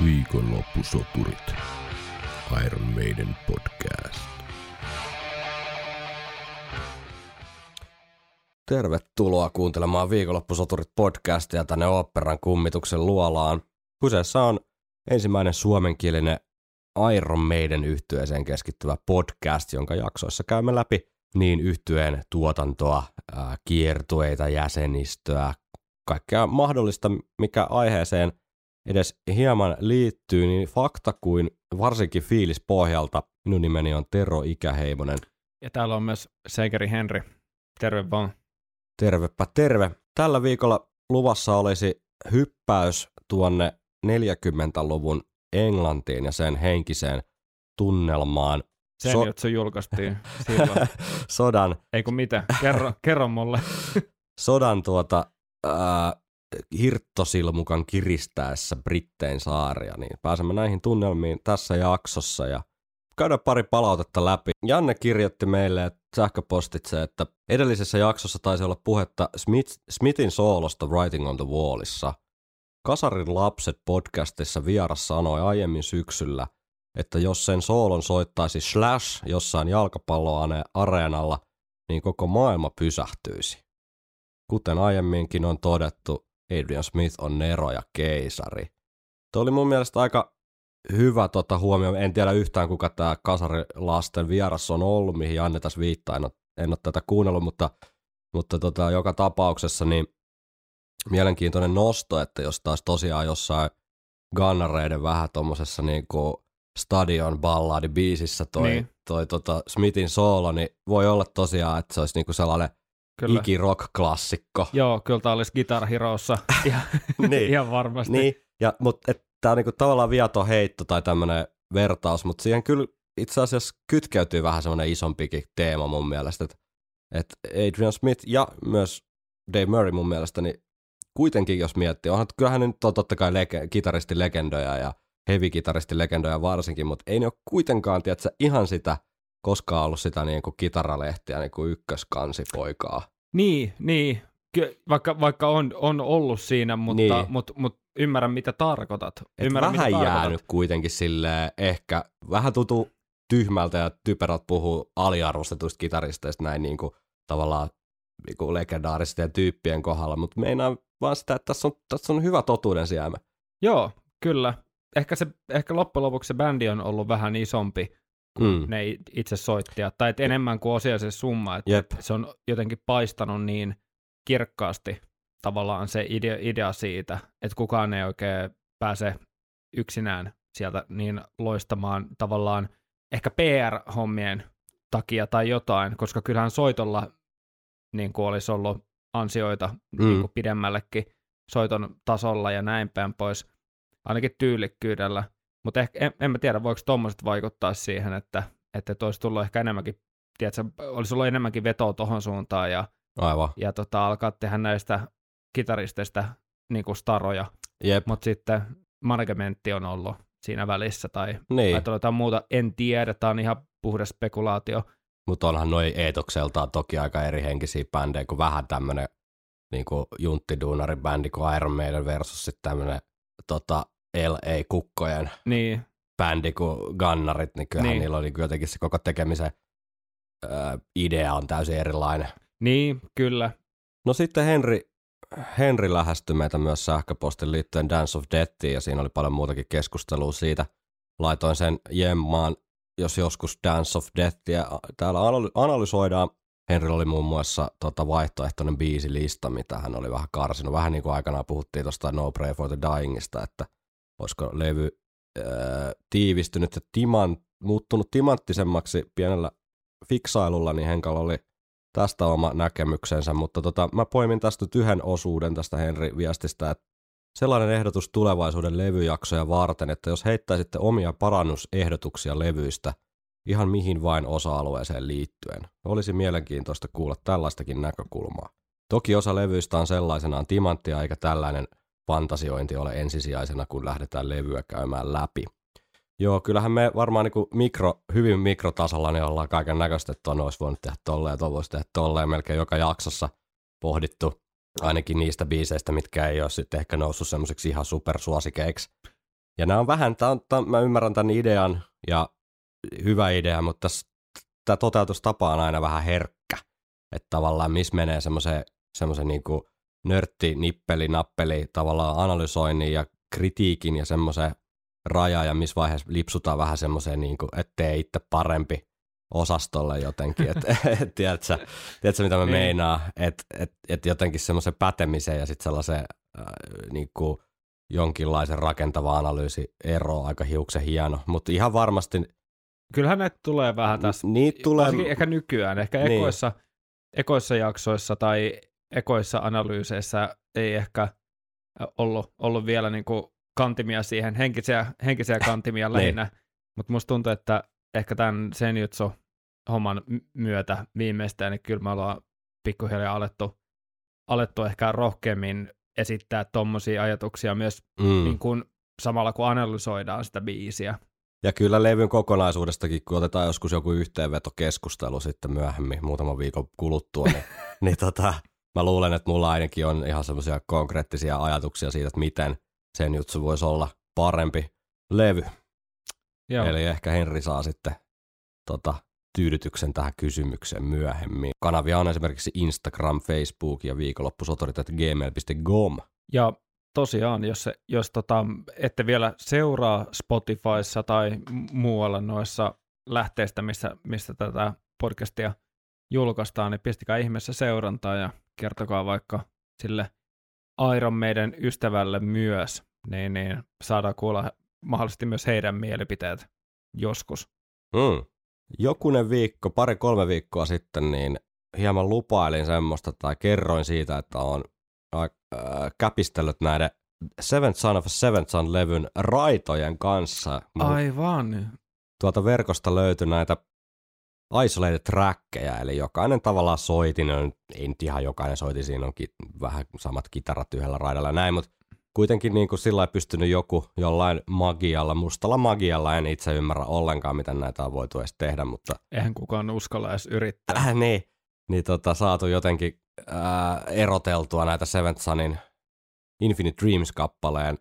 Viikonloppusoturit. Iron Maiden podcast. Tervetuloa kuuntelemaan Viikonloppusoturit podcastia tänne Oopperan kummituksen luolaan. Kyseessä on ensimmäinen suomenkielinen Iron Maiden -yhtyeeseen keskittyvä podcast, jonka jaksoissa käymme läpi niin yhtyeen tuotantoa, kiertueita, jäsenistöä, kaikkea mahdollista, mikä aiheeseen edes hieman liittyy, niin fakta kuin varsinkin fiilispohjalta. Minun nimeni on Tero Ikäheimonen. Ja täällä on myös Seikeri Henri. Terve vaan. Tervepä terve. Tällä viikolla luvassa olisi hyppäys tuonne 40-luvun Englantiin ja sen henkiseen tunnelmaan. Sen juttu julkaistiin silloin. Sodan. Ei kun mitä, kerro mulle. Sodan hirttosilmukan kiristäessä Brittein saaria, niin pääsemme näihin tunnelmiin tässä jaksossa ja käydään pari palautetta läpi. Janne kirjoitti meille sähköpostitse, että edellisessä jaksossa taisi olla puhetta Smithin soolosta Writing on the Wallissa. Kasarin lapset podcastissa vieras sanoi aiemmin syksyllä, että jos sen soolon soittaisi Slash jossain jalkapalloareenalla, niin koko maailma pysähtyisi. Kuten aiemminkin on todettu, Adrian Smith on Nero ja keisari. Tuo oli mun mielestä aika hyvä huomio. En tiedä yhtään, kuka tämä kasarilasten vieras on ollut, mihin Janne tässä viittaa. En ole tätä kuunnellut, mutta joka tapauksessa niin mielenkiintoinen nosto, että jos taas tosiaan jossain Gunnareiden vähän tommosessa niinku stadion balladi-biisissä toi Smithin soolo, niin voi olla tosiaan, että se olisi niinku sellainen ikirock-klassikko. Joo, kyllä tämä olisi Guitar Heroessa niin, ihan varmasti. Niin, mutta tämä on niinku tavallaan viaton heitto tai tämmöinen vertaus, mutta siihen kyllä itse asiassa kytkeytyy vähän semmoinen isompikin teema mun mielestä, että Adrian Smith ja myös Dave Murray mun mielestä, niin kuitenkin jos miettii, kyllähän ne nyt on totta kai kitaristilegendoja ja heavy-kitaristilegendoja varsinkin, mutta ei ne ole kuitenkaan, tiedätkö, ihan sitä koskaan ollut sitä niinku kitaralehtiä niinku ykköskansipoikaa. Niin. Vaikka on ollut siinä, mutta ymmärrän mitä tarkoitat. Vähän jäänyt kuitenkin silleen ehkä vähän tuntuu tyhmältä ja typerät puhuu aliarvostetuista kitaristeista näin niinku tavallaan niinku legendaaristen tyyppien kohdalla, mutta meinaan vaan sitä, että tässä on hyvä totuuden sijaimen. Joo, kyllä. Ehkä loppujen lopuksi se bändi on ollut vähän isompi kuin ne itse soittajat, tai enemmän kuin osia se summa, että se on jotenkin paistanut niin kirkkaasti tavallaan se idea siitä, että kukaan ei oikein pääse yksinään sieltä niin loistamaan tavallaan ehkä PR-hommien takia tai jotain, koska kyllähän soitolla niin kuin olisi ollut ansioita niin kuin pidemmällekin soiton tasolla ja näin päin pois, ainakin tyylikkyydellä. Mutta en mä tiedä, voiko tommoset vaikuttaa siihen, että olisi tullut ehkä enemmänkin, tiedätkö, olisi ollut enemmänkin vetoa tohon suuntaan ja alkaa tehdä näistä kitaristeista niin kuin staroja. Mutta sitten managementti on ollut siinä välissä tai jotain muuta. En tiedä, tämä on ihan puhdas spekulaatio. Mutta onhan noi eetokseltaan toki aika eri henkisiä bändejä kuin vähän tämmöinen niin junttiduunaribändi kuin Iron Maiden versus sitten tämmöinen LA-kukkojen bändi kuin Gunnarit, niin kyllähän niillä oli jotenkin se koko tekemisen idea on täysin erilainen. Niin, kyllä. No sitten Henri lähestyi meitä myös sähköpostin liittyen Dance of Deathiin, ja siinä oli paljon muutakin keskustelua siitä. Laitoin sen jemmaan, jos joskus Dance of Deathia täällä analysoidaan. Henrillä oli muun muassa vaihtoehtoinen biisilista, mitä hän oli vähän karsinut. Vähän niin kuin aikanaan puhuttiin tuosta No Pray for the Dyingista, että olisiko levy tiivistynyt ja muuttunut timanttisemmaksi pienellä fiksailulla, niin Henkalla oli tästä oma näkemyksensä, mutta mä poimin tästä nyt yhden osuuden tästä Henri viestistä, että sellainen ehdotus tulevaisuuden levyjaksoja varten, että jos heittäisitte omia parannusehdotuksia levyistä ihan mihin vain osa-alueeseen liittyen, olisi mielenkiintoista kuulla tällaistakin näkökulmaa. Toki osa levyistä on sellaisenaan timanttia, eikä tällainen fantasiointi ole ensisijaisena, kun lähdetään levyä käymään läpi. Joo, kyllähän me varmaan niin hyvin mikrotasolla niin ollaan kaiken näköistä, että olisi voinut tehdä tolleen ja tuon voisi tehdä tolleen. Melkein joka jaksossa pohdittu ainakin niistä biiseistä, mitkä ei ole sitten ehkä noussut semmoiseksi ihan supersuosikeiksi. Ja nämä on vähän, mä ymmärrän tämän idean ja hyvä idea, mutta tämä toteutustapa on aina vähän herkkä. Että tavallaan missä menee semmoisen niinku nörtti, nippeli, nappeli tavallaan analysoinnin ja kritiikin ja semmoisen raja ja missä vaiheessa lipsutaan vähän semmoiseen niinku, ettei itse parempi osastolle jotenkin. Tiedätkö mitä mä meinaan? Että jotenkin semmoisen pätemisen ja sitten sellaisen niinku jonkinlaisen rakentava analyysi ero aika hiuksen hieno, mutta ihan varmasti. Kyllähän näitä tulee vähän tässä, ehkä nykyään, ehkä ekoissa jaksoissa tai ekoissa analyyseissä ei ehkä ollut vielä niinku kantimia siihen, henkisiä kantimia lähinnä, mutta musta tuntuu, että ehkä tämän Senjutsu-homman myötä viimeistään, niin kyllä me ollaan pikkuhiljaa alettu ehkä rohkeammin esittää tommosia ajatuksia myös niin kuin samalla kun analysoidaan sitä biisiä. Ja kyllä levyn kokonaisuudestakin, kun otetaan joskus joku yhteenvetokeskustelu sitten myöhemmin, muutaman viikon kuluttua, niin mä luulen, että mulla ainakin on ihan semmoisia konkreettisia ajatuksia siitä, että miten Senjutsu voisi olla parempi levy. Joo. Eli ehkä Henri saa sitten tyydytyksen tähän kysymykseen myöhemmin. Kanavia on esimerkiksi Instagram, Facebook ja viikonloppusotorit@gmail.com. Ja tosiaan, jos ette vielä seuraa Spotifyssa tai muualla noissa lähteistä, missä tätä podcastia julkaistaan, niin pistäkää ihmeessä seurantaa ja kertokaa vaikka sille Iron Maiden ystävälle myös, niin saadaan kuulla mahdollisesti myös heidän mielipiteet joskus. Jokunen viikko, 2-3 viikkoa sitten, niin hieman lupailin semmoista tai kerroin siitä, että on käpistellyt näiden Seventh Son of a Seventh Son-levyn raitojen kanssa. Aivan. Tuolta verkosta löytyi näitä isolated trackkejä, eli jokainen tavallaan soitin, ei nyt ihan jokainen soiti, siinä on vähän samat kitarat yhdellä raidalla ja näin, mutta kuitenkin niin kuin sillä lailla pystynyt joku jollain magialla, mustalla magialla, en itse ymmärrä ollenkaan, miten näitä on voitu edes tehdä, mutta eihän kukaan uskalla edes yrittää. Niin saatu jotenkin eroteltua näitä Seventh Sonin Infinite Dreams-kappaleen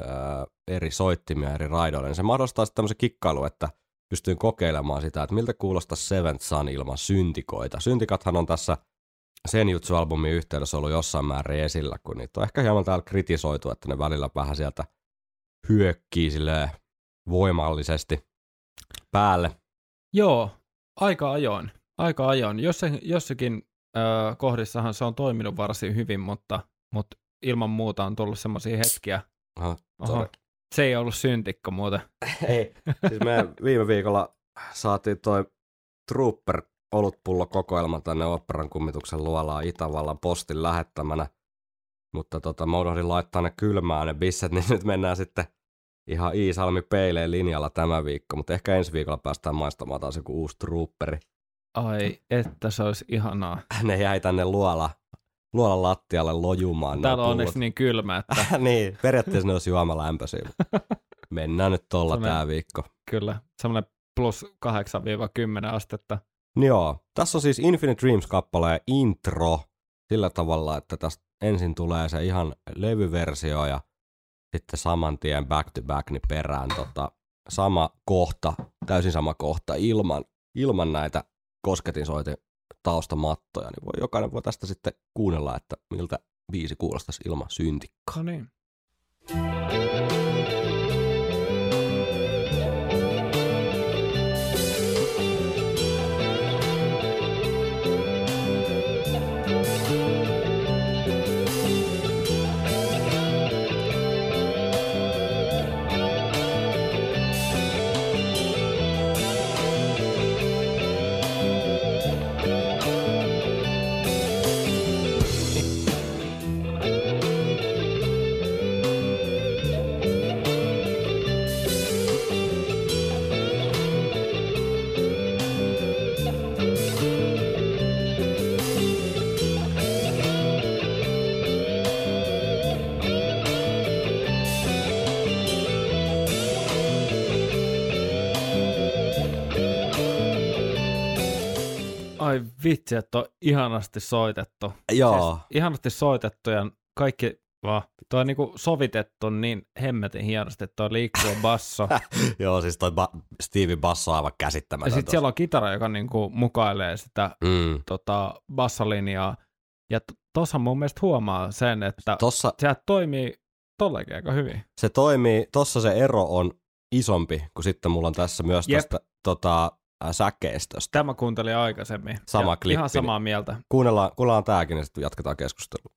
eri soittimia eri raidoille, niin se mahdollistaa sitten tämmöisen kikkailu, että pystyin kokeilemaan sitä, että miltä kuulostaa Seventh Son ilman syntikoita. Syntikathan on tässä Senjutsu-albumin yhteydessä ollut jossain määrin esillä, kun niitä on ehkä hieman täällä kritisoitu, että ne välillä vähän sieltä hyökkii silleen voimallisesti päälle. Joo, aika ajoin. Jossakin kohdissahan se on toiminut varsin hyvin, mutta ilman muuta on tullut semmoisia hetkiä. Oho, se ei ollut syntikko muuten. Ei, siis me viime viikolla saatiin toi Trooper olutpullo-kokoelma tänne Oopperan kummituksen luolaan Itävallan postin lähettämänä, mutta mä unohdin laittaa ne kylmään ne bisset, niin nyt mennään sitten ihan Iisalmi peileen linjalla tämä viikko, mutta ehkä ensi viikolla päästään maistamaan taas joku uusi Trooperi. Ai, että se olisi ihanaa. Ne jäi tänne luolan lattialle lojumaan. Täällä on onneksi niin kylmä, että niin, periaatteessa ne olisi juomalämpöisiä. Mennään nyt tuolla tää viikko. Kyllä, semmoinen plus 8-10 astetta. Joo, tässä on siis Infinite Dreams-kappaleen intro sillä tavalla, että tästä ensin tulee se ihan levyversio ja sitten saman tien back to back niin perään sama kohta, täysin sama kohta ilman näitä kosketinsoitin taustamattoja, niin jokainen voi tästä sitten kuunnella, että miltä biisi kuulostaisi ilman syntikkaa. No niin. Ai vitsi, että on ihanasti soitettu. Joo. Siis ihanasti soitettu ja kaikki Tuo on niinku sovitettu niin hemmetin hienosti, että tuo liikkuva basso. Joo, siis toi Stevie basso on aivan käsittämätön. Ja sitten siellä on kitara, joka niinku mukailee sitä bassolinjaa. Ja tuossa mun mielestä huomaa sen, että se toimii tollekin aika hyvin. Se toimii, tossa se ero on isompi kuin sitten mulla on tässä myös tästä säkeistöstä. Tämä kuuntelin aikaisemmin. Sama klippi. Ihan samaa mieltä. Kuunnellaan tääkin ja sitten jatketaan keskustelua.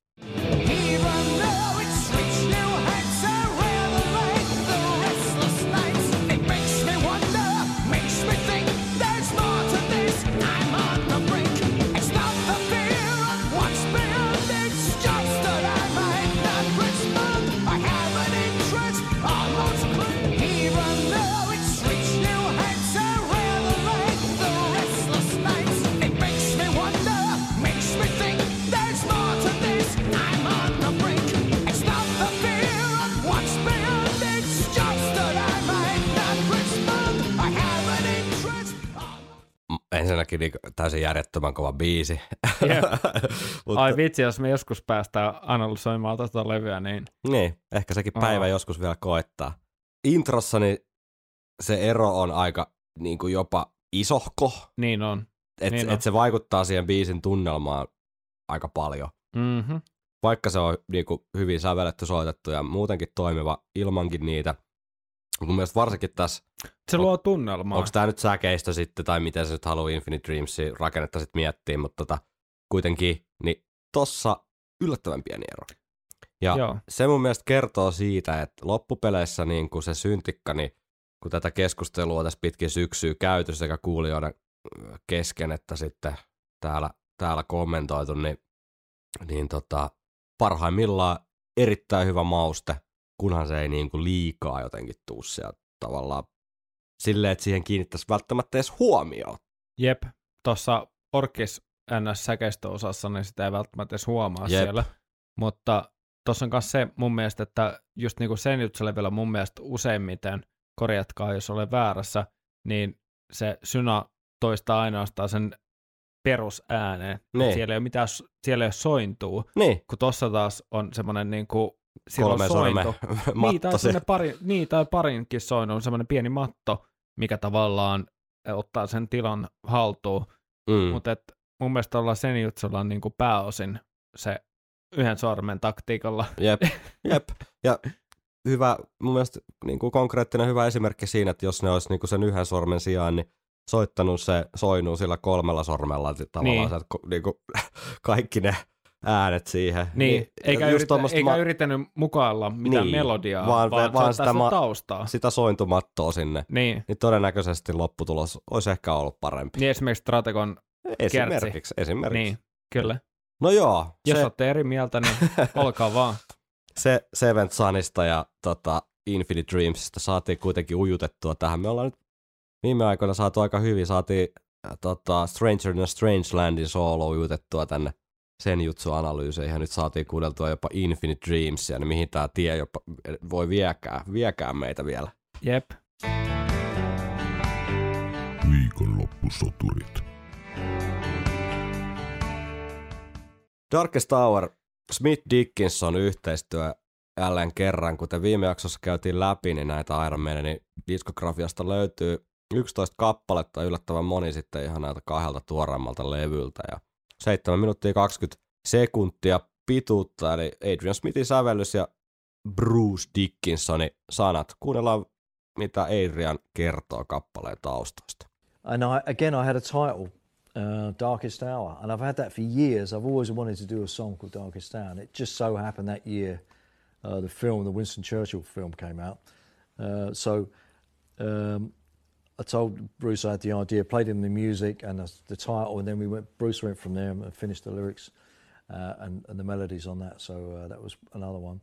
Ensinnäkin niin täysin järjettömän kova biisi. Mutta... Ai vitsi, jos me joskus päästään analysoimaan tätä levyä, niin... Niin, ehkä sekin päivä joskus vielä koettaa. Introssa niin se ero on aika niin kuin jopa isohko. Niin on. Et se vaikuttaa siihen biisin tunnelmaan aika paljon. Mm-hmm. Vaikka se on niin kuin hyvin sävelletty, soitettu ja muutenkin toimiva ilmankin niitä. Mun mielestä varsinkin tässä... Se luo tunnelmaa. Onko tämä nyt säkeistö sitten, tai miten se nyt haluaa Infinite Dreamsin rakennetta sitten miettiä, mutta kuitenkin, niin tossa yllättävän pieni ero. Ja se mun mielestä kertoo siitä, että loppupeleissä niin kun se syntikka, niin kun tätä keskustelua tässä pitkin syksyä käyty sekä kuulijoiden kesken, että sitten täällä kommentoitu, niin parhaimmillaan erittäin hyvä mauste, kunhan se ei niin kuin liikaa jotenkin tuu sieltä tavallaan silleen, että siihen kiinnittäisi välttämättä edes huomioon. Jep, tuossa Orkis NS-säkeistöosassa, niin sitä ei välttämättä edes huomaa siellä. Mutta tuossa on myös se mun mielestä, että just niin kuin Senjutsu-levyllä mun mielestä useimmiten, korjatkaa jos olen väärässä, niin se syna toistaa ainoastaan sen perusääneen. Niin. Siellä ei ole mitään, siellä ei ole sointuu, niin. Kun tuossa taas on semmoinen niin kuin kolme sormen matto. Tai parinkin soinu on semmoinen pieni matto, mikä tavallaan ottaa sen tilan haltuun. Mutta mun mielestä ollaan Senjutsulla niin kuin pääosin se yhden sormen taktiikalla. Jep. Ja hyvä, mun mielestä niin kuin konkreettinen hyvä esimerkki siinä, että jos ne olisi niin kuin sen yhden sormen sijaan, niin soittanut se soinuu sillä 3 sormella tavallaan, niin. Niin kuin, kaikki ne äänet siihen. Niin, eikä yrittänyt mukailla mitään melodiaa, vaan sitä taustaa. Sitä sointumattoa sinne. Niin todennäköisesti lopputulos olisi ehkä ollut parempi. Niin esimerkiksi Strategon Esimerkiksi. Niin, kyllä. No joo. Jos olette eri mieltä, niin olkaa vaan. Se Seventh Sonista ja Infinite Dreamsista saatiin kuitenkin ujutettua tähän. Me ollaan nyt viime aikoina saatu aika hyvin. Saatiin Stranger in a Strange Landin soolo ujutettua tänne Senjutsu-analyyseihin. Ja nyt saatiin kuunneltua jopa Infinite Dreamsia, niin mihin tämä tie jopa voi viekään meitä vielä. Jep. Viikonloppusoturit. Darkest Hour, Smith Dickinson yhteistyö jälleen kerran, kuten viime jaksossa käytiin läpi, niin näitä Iron Maidenin diskografiasta löytyy 11 kappaletta, yllättävän moni sitten ihan näiltä 2 tuoreemmalta levyltä ja 7 minuuttia 20 sekuntia pituutta, eli Adrian Smithin sävellys ja Bruce Dickinsonin sanat. Kuunnellaan, mitä Adrian kertoo kappaleen taustoista. And I had a title, Darkest Hour, and I've had that for years. I've always wanted to do a song called Darkest Hour, and it just so happened that year the Winston Churchill film came out. I told Bruce I had the idea, played him the music and the title, and then Bruce went from there and finished the lyrics and the melodies on that. So that was another one.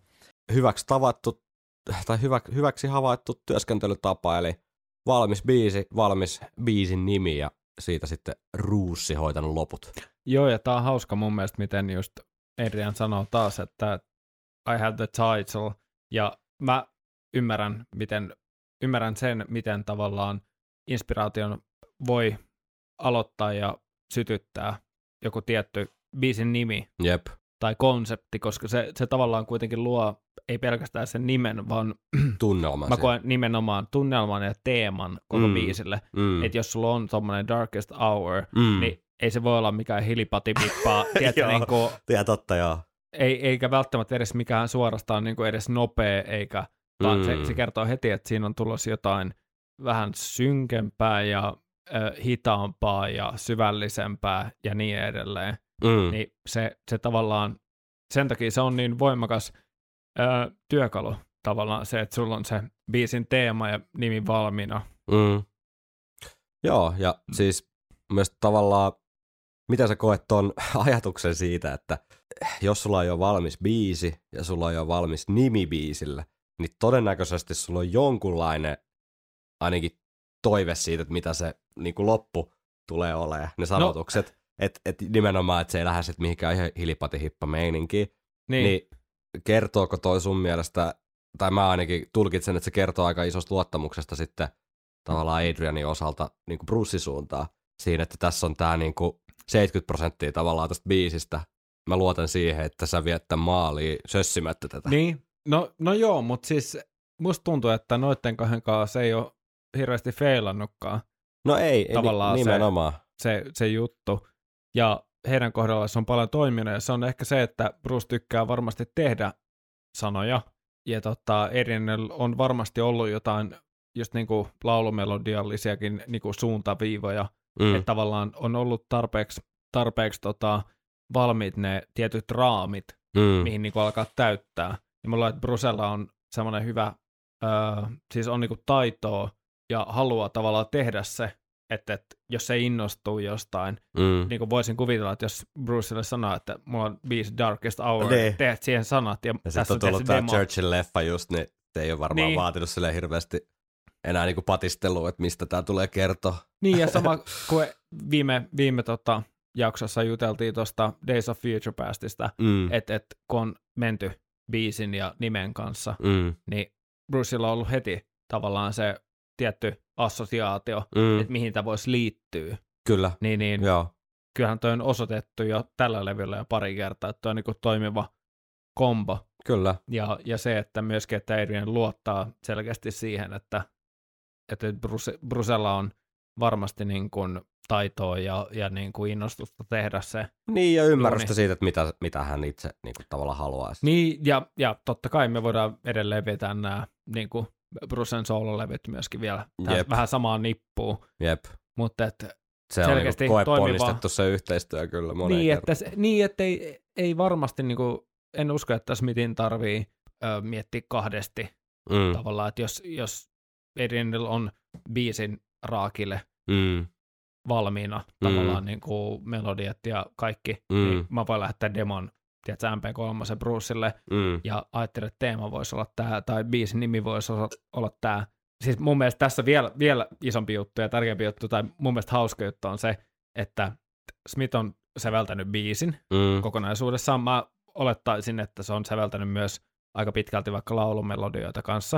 Hyväksi havaittu työskentelytapa, eli valmis biisi, valmis biisin nimi ja siitä sitten Ruussi hoitanut loput. Joo, ja tää on hauska mun mielestä, miten just Adrian sanoo taas, että I have the title, ja mä ymmärrän sen, miten tavallaan inspiraation voi aloittaa ja sytyttää joku tietty biisin nimi. Jep. tai konsepti, koska se tavallaan kuitenkin luo ei pelkästään sen nimen, vaan tunnelman. Mä koen nimenomaan tunnelman ja teeman koko biisille. Että jos sulla on tommonen Darkest Hour, niin ei se voi olla mikään hilipatipippaa. Joo, ja totta joo. Eikä välttämättä edes mikään suorastaan niin kuin edes nopea, eikä, vaan se kertoo heti, että siinä on tulossa jotain vähän synkempää ja hitaampaa ja syvällisempää ja niin edelleen. Niin se tavallaan, sen takia se on niin voimakas työkalu tavallaan se, että sulla on se biisin teema ja nimi valmiina. Joo, ja siis myös tavallaan, mitä sä koet ton ajatuksen siitä, että jos sulla on jo valmis biisi ja sulla on jo valmis nimi biisille, niin todennäköisesti sulla on jonkunlainen ainakin toive siitä, että mitä se niin kuin loppu tulee olemaan, ne sanotukset. Että nimenomaan, että se ei lähde sitten mihinkään ihan hilipatihippa-meininkiin. Niin kertooko toi sun mielestä, tai mä ainakin tulkitsen, että se kertoo aika isosta luottamuksesta sitten tavallaan Adrianin osalta niin kuin Brucein suuntaan. Siinä, että tässä on tää niin kuin 70% tavallaan tästä biisistä. Mä luotan siihen, että sä viet tämän maaliin sössimättä tätä. Niin, no joo, mutta siis musta tuntuu, että noitten kahden kanssa se ei ole hirveästi feilannutkaan. No ei nimenomaan. Se juttu. Ja heidän kohdallaan se on paljon toiminut, ja se on ehkä se, että Bruce tykkää varmasti tehdä sanoja, ja Adrianilla on varmasti ollut jotain just niinku laulumelodiallisiakin niinku suuntaviivoja, että tavallaan on ollut tarpeeksi valmiit ne tietyt raamit, mihin niinku alkaa täyttää. Ja mulla että Brucella on semmoinen hyvä, siis on niinku taitoa ja haluaa tavallaan tehdä se, että jos se innostuu jostain, niin kuin voisin kuvitella, että jos Brucelle sanoo, että mulla on 5 Darkest Hour, teet siihen sanat. Ja sitten on tullut tämä Churchill-leffa just, niin se ei ole varmaan vaatinut silleen hirveästi enää niin kuin patistelua, että mistä tämä tulee kertoa. Niin, ja sama kuin viime jaksossa juteltiin tuosta Days of Future Pastista, että kun on menty biisin ja nimen kanssa, niin Brucella on ollut heti tavallaan se tietty assosiaatio, että mihin tämä voisi liittyä. Kyllä, niin joo. Kyllähän toi on osoitettu jo tällä levyllä jo pari kertaa, että toi on niin toimiva kombo. Kyllä. Ja se, että myöskin, että Adrian luottaa selkeästi siihen, että Brucella on varmasti niin kuin taitoa ja niin kuin innostusta tehdä se. Niin, ja ymmärrystä siitä, että mitä hän itse niin kuin tavallaan haluaisi. Niin, ja totta kai me voidaan edelleen vetää nämä niin kuin Brucen soololevyt myöskin vielä vähän samaan nippuun. Jep. Mutta että se on niin koeponnistettu se yhteistyö kyllä moneen niin, että ei varmasti, niin kuin, en usko, että Smithin tarvii miettiä kahdesti tavallaan, että jos Adrianilla on biisin raakille valmiina tavallaan niin kuin melodiat ja kaikki, niin mä voin lähettää demon tiedätkö, MP3 Brucelle, ja ajattelin, että teema voisi olla tämä, tai biisin nimi voisi olla tämä. Siis mun mielestä tässä vielä isompi juttu ja tärkeämpi juttu, tai mun mielestä hauska juttu on se, että Smith on säveltänyt biisin kokonaisuudessaan. Mä olettaisin, että se on säveltänyt myös aika pitkälti vaikka laulumelodioita kanssa,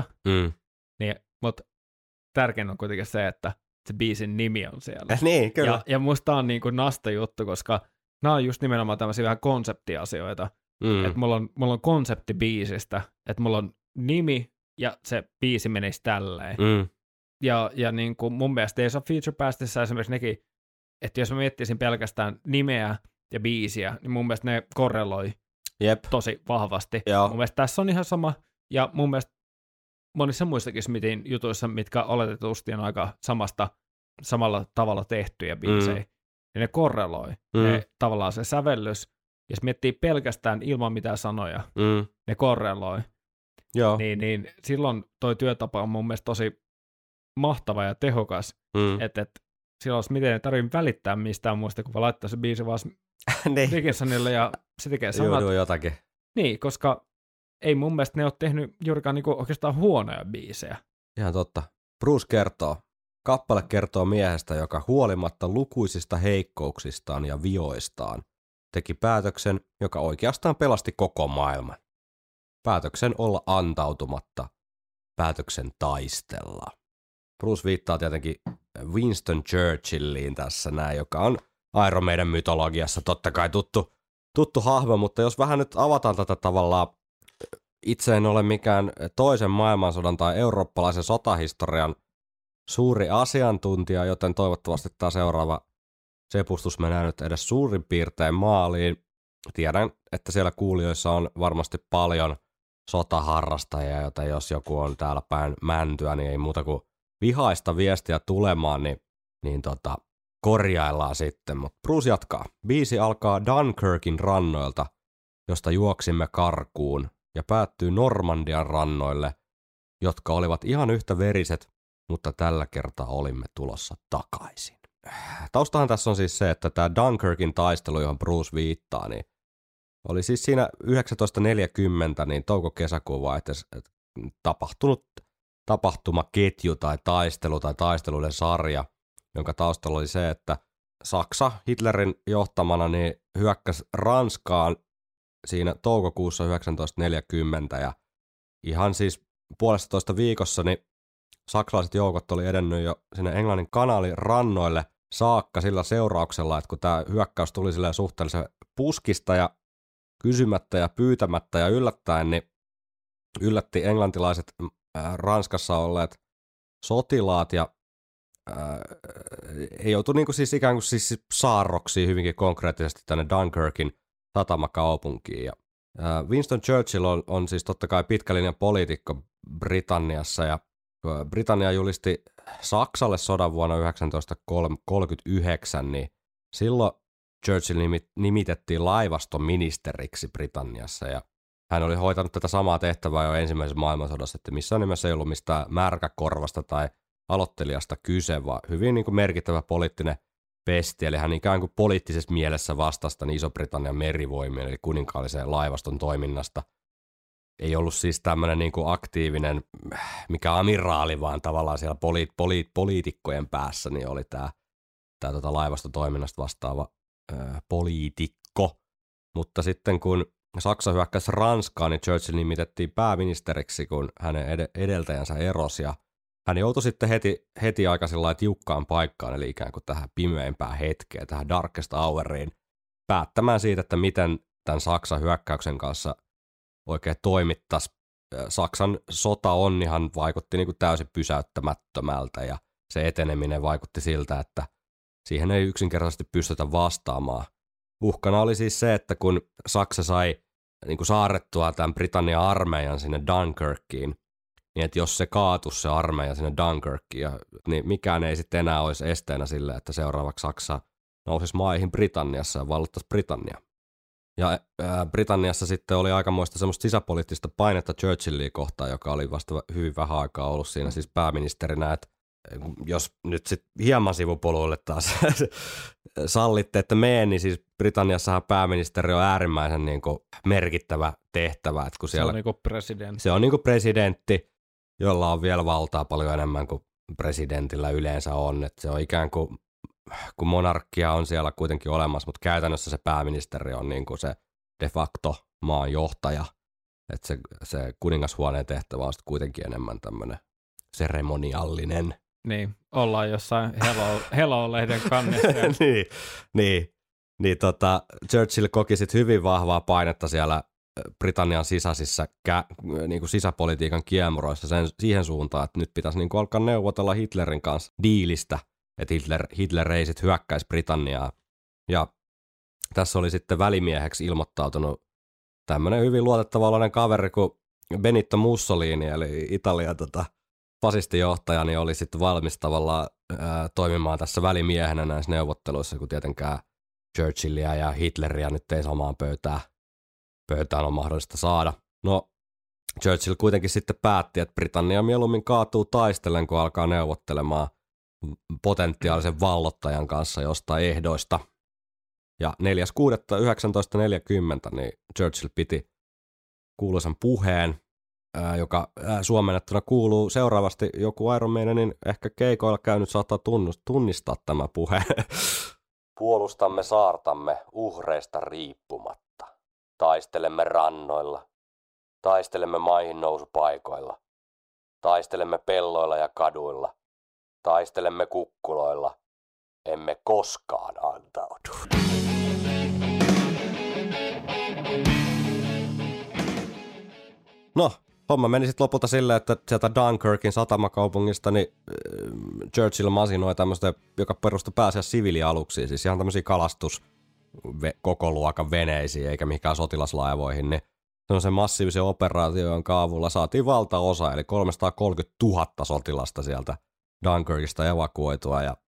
mutta tärkein on kuitenkin se, että se biisin nimi on siellä. Niin, kyllä. Ja musta on niin kuin nasta juttu, koska nämä on just nimenomaan tämmöisiä vähän konseptiasioita. Että mulla on konsepti biisistä, että mulla on nimi ja se biisi menisi tälleen. Ja niin kuin mun mielestä Days of Future Pastissa esimerkiksi nekin, että jos mä miettisin pelkästään nimeä ja biisiä, niin mun mielestä ne korreloi tosi vahvasti. Joo. Mun mielestä tässä on ihan sama, ja mun mielestä monissa muissakin Smithin jutuissa, mitkä oletetusti on aika samalla tavalla tehtyjä biisejä, ja ne korreloi. Ne, tavallaan se sävellys, jos miettii pelkästään ilman mitään sanoja, ne korreloi. Joo. Niin silloin toi työtapa on mun mielestä tosi mahtava ja tehokas, että silloin miten ei tarvitse välittää mistään muista, kun vaan laittaa se biisi vaan Dickinsonille ja se tekee samat. Joo, jotakin. Niin, koska ei mun mielestä ne ole tehnyt juurikaan niinku oikeastaan huonoja biisejä. Ihan totta. Bruce kertoo. Kappale kertoo miehestä, joka huolimatta lukuisista heikkouksistaan ja vioistaan teki päätöksen, joka oikeastaan pelasti koko maailman. Päätöksen olla antautumatta. Päätöksen taistella. Bruce viittaa tietenkin Winston Churchilliin tässä näin, joka on Iron Maiden mytologiassa totta kai tuttu tuttu hahmo, mutta jos vähän nyt avataan tätä tavallaan, itse en ole mikään toisen maailmansodan tai eurooppalaisen sotahistorian suuri asiantuntija, joten toivottavasti tämä seuraava sepustus menee nyt edes suurin piirtein maaliin. Tiedän, että siellä kuulijoissa on varmasti paljon sotaharrastajia, joten jos joku on täällä päin mäntyä, niin ei muuta kuin vihaista viestiä tulemaan, niin korjaillaan sitten. Mutta Bruce jatkaa. Biisi alkaa Dunkirkin rannoilta, josta juoksimme karkuun, ja päättyy Normandian rannoille, jotka olivat ihan yhtä veriset, mutta tällä kertaa olimme tulossa takaisin. Taustahan tässä on siis se, että tämä Dunkirkin taistelu, johon Bruce viittaa, niin oli siis siinä 1940 niin touko-kesäkuun vaihteessa tapahtunut tapahtumaketju tai taistelu tai taisteluiden sarja, jonka taustalla oli se, että Saksa Hitlerin johtamana niin hyökkäsi Ranskaan siinä toukokuussa 1940 ja ihan siis 1,5 viikossa niin saksalaiset joukot oli edennyt jo sinne Englannin kanaalin rannoille saakka sillä seurauksella, että kun tämä hyökkäys tuli silleen suhteellisen puskista ja kysymättä ja pyytämättä ja yllättäen, niin yllätti englantilaiset Ranskassa olleet sotilaat ja ei joutu niinku siis ikään kuin siis saarroksiin hyvinkin konkreettisesti tänne Dunkirkin satamakaupunkiin. Ja Winston Churchill on siis totta kai pitkälinjan poliitikko Britanniassa ja Britannia julisti Saksalle sodan vuonna 1939, niin silloin Churchill nimitettiin laivastoministeriksi Britanniassa ja hän oli hoitanut tätä samaa tehtävää jo ensimmäisessä maailmansodassa, että missään nimessä ei ollut mistään märkäkorvasta tai aloittelijasta kyse, vaan hyvin niin kuin merkittävä poliittinen pesti, eli hän ikään kuin poliittisessa mielessä vastasi tämän Iso-Britannian merivoimien, eli kuninkaallisen laivaston toiminnasta. Ei ollut siis tämmöinen niin kuin aktiivinen, mikä amiraali, vaan tavallaan siellä poliitikkojen päässä niin oli tämä laivastotoiminnasta vastaava poliitikko. Mutta sitten kun Saksa hyökkäsi Ranskaan, niin Churchill nimitettiin pääministeriksi, kun hänen edeltäjänsä erosi ja hän joutui sitten heti aika tiukkaan paikkaan, eli ikään kuin tähän pimeimpään hetkeen, tähän darkest houriin, päättämään siitä, että miten tämän Saksan hyökkäyksen kanssa oikein toimittaisi. Saksan sotaonnihan vaikutti niin kuin täysin pysäyttämättömältä ja se eteneminen vaikutti siltä, että siihen ei yksinkertaisesti pystytä vastaamaan. Uhkana oli siis se, että kun Saksa sai niin kuin saarrettua tämän Britannian armeijan sinne Dunkirkiin, niin että jos se kaatuisi se armeija sinne Dunkirkiin, niin mikään ei sitten enää olisi esteenä sille, että seuraavaksi Saksa nousisi maihin Britanniassa ja vallottaisi Britannia. Ja Britanniassa sitten oli aikamoista semmoista sisäpoliittista painetta Churchillia kohtaan, joka oli vasta hyvin vähän aikaa ollut siinä siis pääministerinä, että jos nyt sitten hieman sivupoluille taas sallitte, että mene, niin siis Britanniassahan pääministeri on äärimmäisen niin kuin merkittävä tehtävä. Että kun siellä, se on niin kuin presidentti. Se on niin kuin presidentti, jolla on vielä valtaa paljon enemmän kuin presidentillä yleensä on. Että se on ikään kuin, kun monarkia on siellä kuitenkin olemassa, mutta käytännössä se pääministeri on niin kuin se de facto maan johtaja. Että se kuningashuoneen tehtävä on kuitenkin enemmän tämmöinen seremoniallinen. Niin, ollaan jossain Hello-lehden kannessa. niin, Churchill koki sit hyvin vahvaa painetta siellä Britannian sisäisissä niin kuin sisäpolitiikan kiemuroissa siihen suuntaan, että nyt pitäisi niin kuin alkaa neuvotella Hitlerin kanssa diilistä, että Hitler ei sit hyökkäisi Britanniaa. Ja tässä oli sitten välimieheksi ilmoittautunut tämmöinen hyvin luotettavallinen kaveri kuin Benito Mussolini, eli Italian fasistijohtaja, niin oli sitten valmis tavallaan toimimaan tässä välimiehenä näissä neuvotteluissa, kun tietenkään Churchillia ja Hitleriä nyt ei samaan pöytään ole mahdollista saada. No, Churchill kuitenkin sitten päätti, että Britannia mieluummin kaatuu taistellen, kun alkaa neuvottelemaan potentiaalisen vallottajan kanssa jostain ehdoista. Ja 4.6.1940 niin Churchill piti kuuluisan puheen, joka suomennettuna kuuluu seuraavasti. Joku Iron Maidenin ehkä keikoilla käynyt saattaa tunnistaa tämä puhe. Puolustamme saartamme uhreista riippumatta. Taistelemme rannoilla. Taistelemme maihin nousupaikoilla. Taistelemme pelloilla ja kaduilla. Taistelemme kukkuloilla. Emme koskaan antaudu. No, homma meni sitten lopulta silleen, että sieltä Dunkirkin satamakaupungista niin Churchill masinoi tämmöistä, joka perustui pääasiassa siviilialuksiin, siis ihan tämmöisiä koko luokan veneisiin eikä mihinkään sotilaslaivoihin, niin semmoisen massiivisen operaation, jonka avulla saatiin valtaosa, eli 330 000 sotilasta sieltä Dunkirkista evakuoitua ja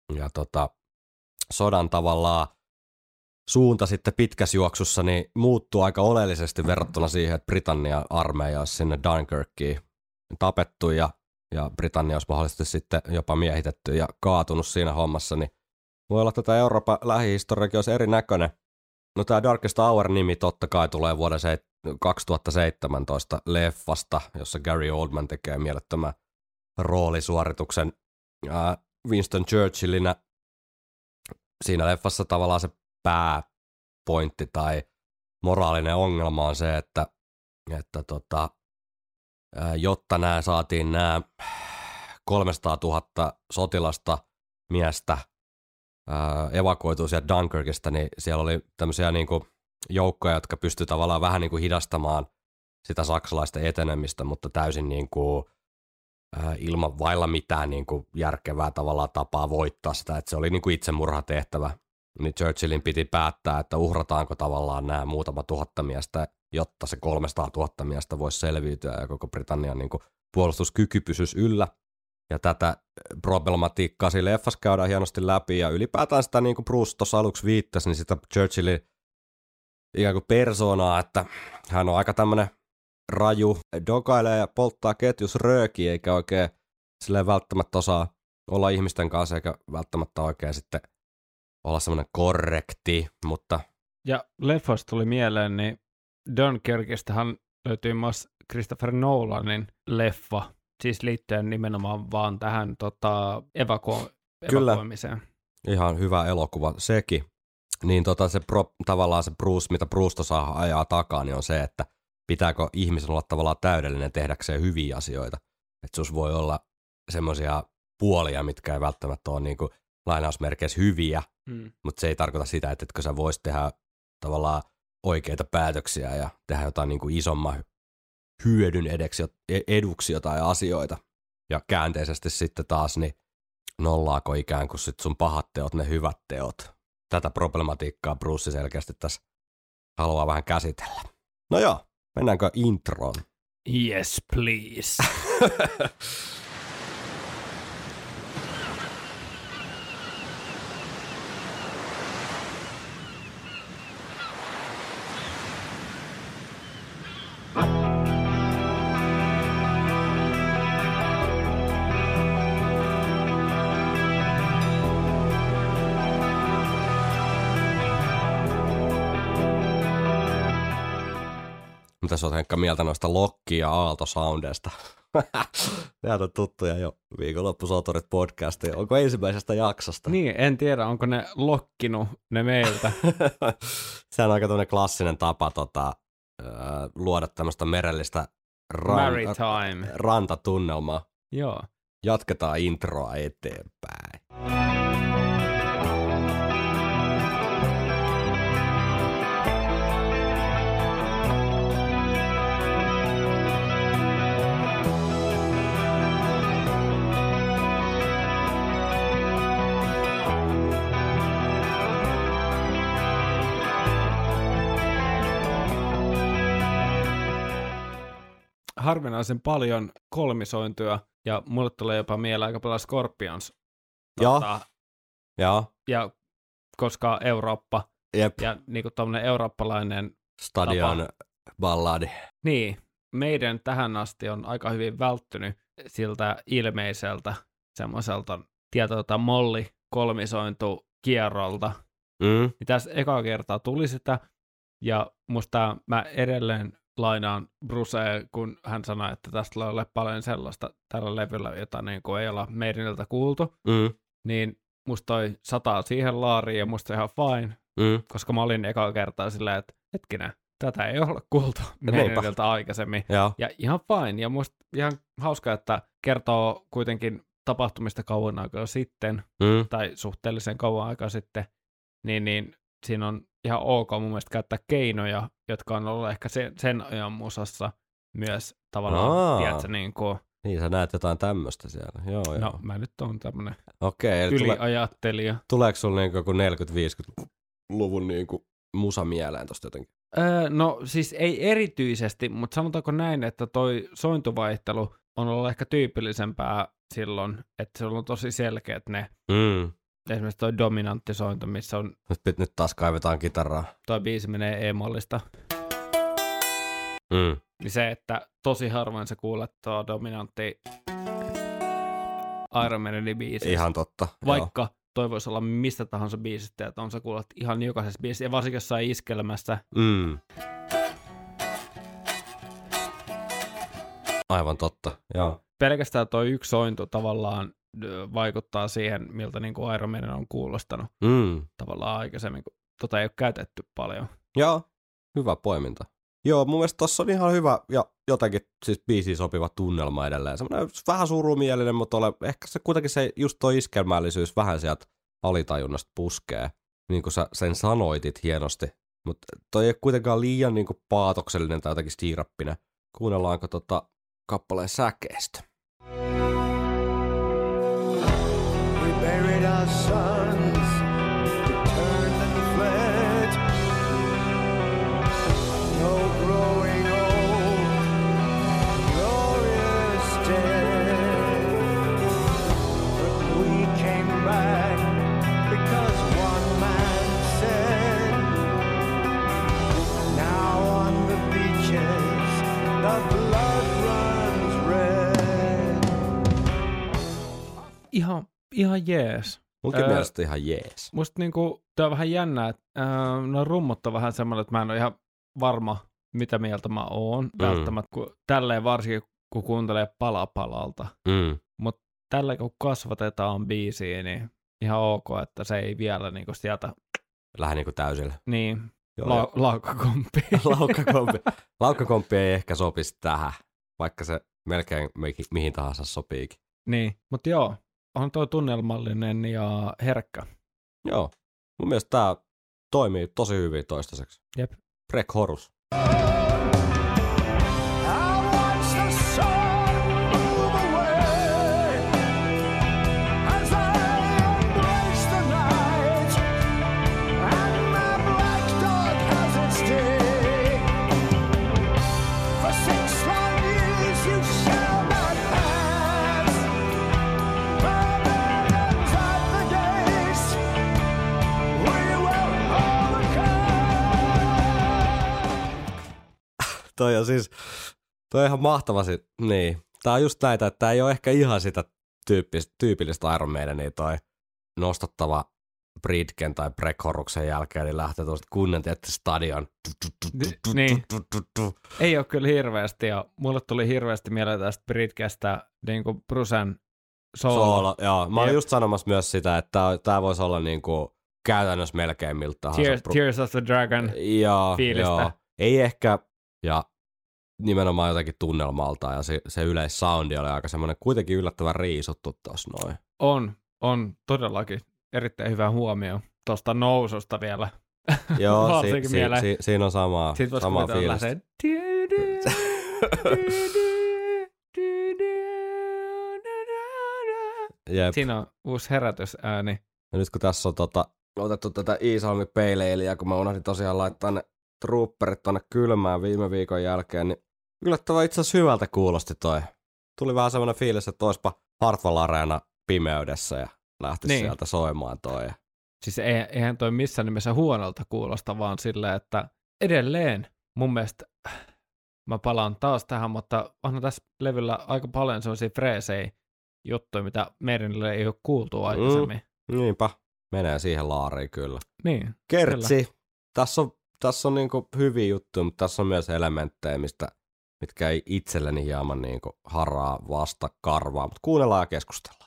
sodan tavallaan suunta sitten pitkässä juoksussa niin muuttuu aika oleellisesti verrattuna siihen, että Britannian armeija olisi sinne Dunkirkiin tapettu ja Britannia olisi mahdollisesti sitten jopa miehitetty ja kaatunut siinä hommassa, niin voi olla, että tätä Euroopan lähihistoriakin olisi erinäköinen. No tämä Darkest Hour-nimi totta kai tulee vuoden 2017 leffasta, jossa Gary Oldman tekee mielettömän roolisuorituksen Winston Churchillinä. Siinä leffassa tavallaan se pääpointti tai moraalinen ongelma on se, että jotta saatiin nämä 300 000 sotilasta miestä evakuoitua sieltä Dunkirkista, niin siellä oli tämmöisiä niinku joukkoja, jotka pystyivät tavallaan vähän niinku hidastamaan sitä saksalaista etenemistä, mutta täysin niinku ilman vailla mitään niinku järkevää tavallaan tapaa voittaa sitä, että se oli niinku itsemurhatehtävä. Niin Churchillin piti päättää, että uhrataanko tavallaan nämä muutama tuhatta miestä, jotta se 300 000 miestä voisi selviytyä ja koko Britannian niin kuin puolustuskyky pysyisi yllä. Ja tätä problematiikkaa siinä leffassa käydään hienosti läpi ja ylipäätään sitä niin kuin Bruce tuossa aluksi viittasi, niin sitä Churchillin ikään kuin persoonaa, että hän on aika tämmöinen raju, dokailee ja polttaa ketjus röökiä eikä oikein silleen välttämättä osaa olla ihmisten kanssa eikä välttämättä oikein sitten olla semmoinen korrekti, mutta... Ja leffasta tuli mieleen, niin Dunkirkistähän löytyy myös Christopher Nolanin leffa, siis liittyen nimenomaan vaan tähän evakuoimiseen. Ihan hyvä elokuva sekin. Niin tavallaan se Bruce, mitä Bruce tuossa ajaa takaa, niin on se, että pitääkö ihmisen olla tavallaan täydellinen tehdäkseen hyviä asioita. Että sus voi olla semmoisia puolia, mitkä ei välttämättä ole niinku lainausmerkeissä hyviä, mutta se ei tarkoita sitä, että etkö sä vois tehdä tavallaan oikeita päätöksiä ja tehdä jotain niin kuin isomman hyödyn eduksi jotain asioita. Ja käänteisesti sitten taas, niin nollaako ikään kuin sit sun pahat teot ne hyvät teot. Tätä problematiikkaa Bruce selkeästi tässä haluaa vähän käsitellä. No joo, mennäänkö introon? Yes, please. Mitä sä oot Henkka mieltä noista Lokki- ja Aalto-soundeista? Näitä on tuttuja jo viikonloppusoturit podcastiin. Onko ensimmäisestä jaksosta? Niin, en tiedä, onko ne lokkinut ne meiltä. Se on aika tämmöinen klassinen tapa luoda tämmöistä merellistä rantatunnelmaa. Joo. Jatketaan introa eteenpäin. Harvinaisen paljon kolmisointuja, ja mulle tulee jopa mieleen aika paljon Scorpions. Ja koska Eurooppa, Jep. Ja niinku tommonen eurooppalainen stadion balladi. Niin, meidän tähän asti on aika hyvin välttynyt siltä ilmeiseltä semmoiselta molli kolmisointu kierrolta. Niin tässä ekaa kertaa tuli sitä, ja musta mä edelleen lainaan Brucea, kun hän sanoi, että tästä tulee ole paljon sellaista tällä levyllä, jota niin kuin ei olla meidäniltä kuultu, niin musta toi sataa siihen laariin ja musta ihan fine, koska mä olin ekaa kertaa silleen, että hetkinen, tätä ei olla kuultu meidäniltä aikaisemmin. Ja ihan fine, ja musta ihan hauska, että kertoo kuitenkin tapahtumista kauan aikaa sitten, tai suhteellisen kauan aikaa sitten, niin siinä on ihan ok mun mielestä käyttää keinoja, jotka on ollut ehkä sen ajan musassa, myös tavallaan, tiedätkö, niin kuin... Niin, sä näet jotain tämmöistä siellä. Joo. No, mä nyt oon tämmönen yliajattelija. Tuleeko sulla niinku joku 40-50-luvun niinku musa mieleen tosta jotenkin? No siis ei erityisesti, mutta sanotaanko näin, että toi sointuvaihtelu on ollut ehkä tyypillisempää silloin, että se on tosi selkeät ne. Esimerkiksi toi dominantti sointu, missä on... Nyt taas kaivetaan kitaraa. Toi biisi menee E-mollista. Niin se, että tosi harvoin sä kuulet tuo dominantti Iron Maidenin biisissä. Ihan totta. Vaikka toi voisi olla mistä tahansa biisistä, että on sä kuulet ihan jokaisessa biisissä, ja varsinkin jossain iskelmässä. Aivan totta, joo. Pelkästään toi yksi sointu tavallaan vaikuttaa siihen, miltä niin kuin Iron Maiden on kuulostanut tavallaan aikaisemmin, kun tota ei ole käytetty paljon. Joo, hyvä poiminta. Joo, mun mielestä tossa on ihan hyvä ja jotenkin siis biisiin sopiva tunnelma edelleen. Semmoinen vähän surumielinen, mutta ehkä se kuitenkin se just toi iskelmällisyys vähän sieltä alitajunnasta puskee. Niin kuin sä sen sanoitit hienosti. Mutta toi ei kuitenkaan liian niin kuin paatoksellinen tai jotenkin siirappinen. Kuunnellaanko kappaleen säkeistä? We buried our sons, returned and fled. No growing old, glorious dead. But we came back because one man said, now on the beaches the blood runs red. Ihan jees. Munkin mielestä ihan jees. Musta niinku, tää on vähän jännää, että no rummut on vähän semmoinen, että mä en ole ihan varma, mitä mieltä mä oon. Välttämättä, kun tälleen varsinkin, kun kuuntelee pala palalta. Mutta tällä kun kasvatetaan biisiä, niin ihan ok, että se ei vielä niinku sieltä... Lähde niinku täysillä. Niin, laukkakomppi. Laukkakomppi ei ehkä sopisi tähän, vaikka se melkein mihin tahansa sopiikin. Niin, mutta joo, on tuo tunnelmallinen ja herkkä. Joo, mun mielestä tää toimii tosi hyvin toistaiseksi. Jep. Breck Horus. Toi on siis, toi on ihan mahtavasti, niin. Tää on just näitä, että tää ei ole ehkä ihan sitä tyypillistä Iron Maidenia toi nostattava Britken tai Breck Horuksen jälkeen, niin lähtee tuosta kunnen tietty stadion. Niin, ei ole kyllä hirveästi, ja mulle tuli hirveästi mieleen tästä Britkestä niinku Brucen soolo. Joo, mä olin just sanomassa myös sitä, että tää voisi olla niinku käytännössä melkein miltä tahansa. Tears of the Dragon fiilistä. Joo. Ei ehkä, ja nimenomaan jotenkin tunnelmalta, ja se yleissoundi oli aika semmoinen kuitenkin yllättävän riisuttu tossa noin. On todellakin erittäin hyvä huomio tuosta noususta vielä. Joo, siinä on sama fiilis. Siinä on uusi herätysääni. Ja nyt kun tässä on otettu tätä Iisalmi Pale-Alea, kun mä unohdin tosiaan laittaa ne trooperit tonne kylmään viime viikon jälkeen, niin yllättävän itse asiassa hyvältä kuulosti toi. Tuli vähän semmoinen fiilis, että oispa Hartwall Areena pimeydessä ja lähtisi sieltä soimaan toi. Siis eihän toi missään nimessä huonolta kuulosta, vaan silleen, että edelleen mun mielestä, mä palaan taas tähän, mutta onhan tässä levyllä aika paljon sellaisia freesejä juttuja, mitä meidän ei ole kuultu aikaisemmin. Niinpä, menee siihen laariin kyllä. Niin, Kertsi, tässä on niinku hyviä juttuja, mutta tässä on myös elementtejä, mitkä ei itselleni hieman niinku haraa vasta karvaa, mutta kuunnellaan ja keskustellaan.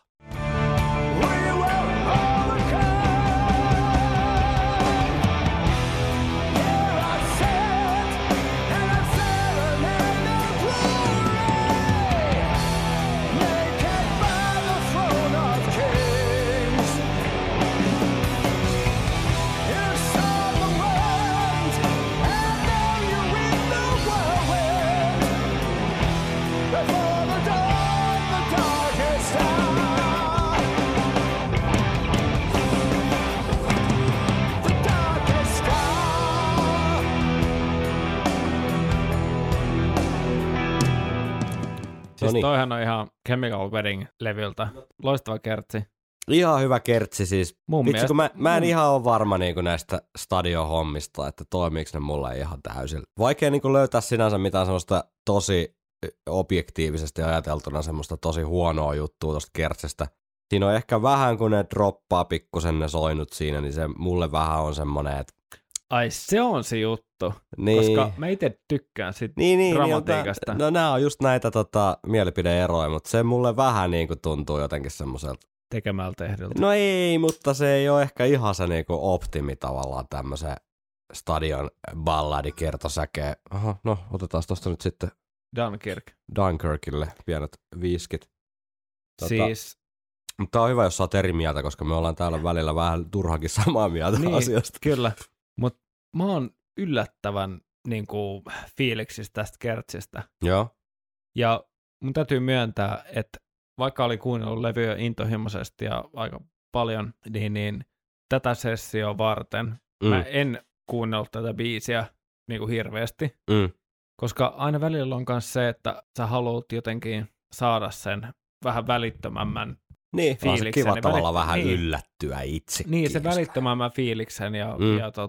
Siis niin. toihan on ihan Chemical Wedding-levyltä. Loistava kertsi. Ihan hyvä kertsi siis. Mun Vitsi, kun mielestä. mä en ihan ole varma niinku näistä stadionhommista, että toimiiko ne mulle ihan täysin. Vaikea niinku löytää sinänsä mitään semmoista tosi objektiivisesti ajateltuna semmoista tosi huonoa juttua tosta kertsestä. Siinä on ehkä vähän, kun ne droppaa pikkusen ne soinut siinä, niin se mulle vähän on semmonen, että Ai se on se juttu, niin. koska mä itse tykkään sit dramatiikasta. No nää on just näitä mielipide-eroja, mutta se mulle vähän niinku tuntuu jotenkin semmoiselta. Tekemällä tehdyltä. No ei, mutta se ei ole ehkä ihan se niinku optimi tavallaan tämmöisen stadion balladikertosäkeen. Aha, no otetaan tosta nyt sitten Dunkirkille pienet viskit. Siis... Mutta on hyvä, jos sä oot eri mieltä, koska me ollaan täällä välillä vähän turhankin samaa mieltä niin, asiasta. Kyllä, mutta mä oon yllättävän niinku, fiiliksissä tästä kertsistä. Joo. Ja mun täytyy myöntää, että vaikka oli kuunnellut levyä intohimoisesti ja aika paljon, niin tätä sessioa varten mä en kuunnellut tätä biisiä niinku hirveästi, koska aina välillä on myös se, että sä haluat jotenkin saada sen vähän välittömämmän niin, fiiliksen. On se kiva tavallaan vähän yllättyä itsekin. Niin, se välittömämmän fiiliksen ja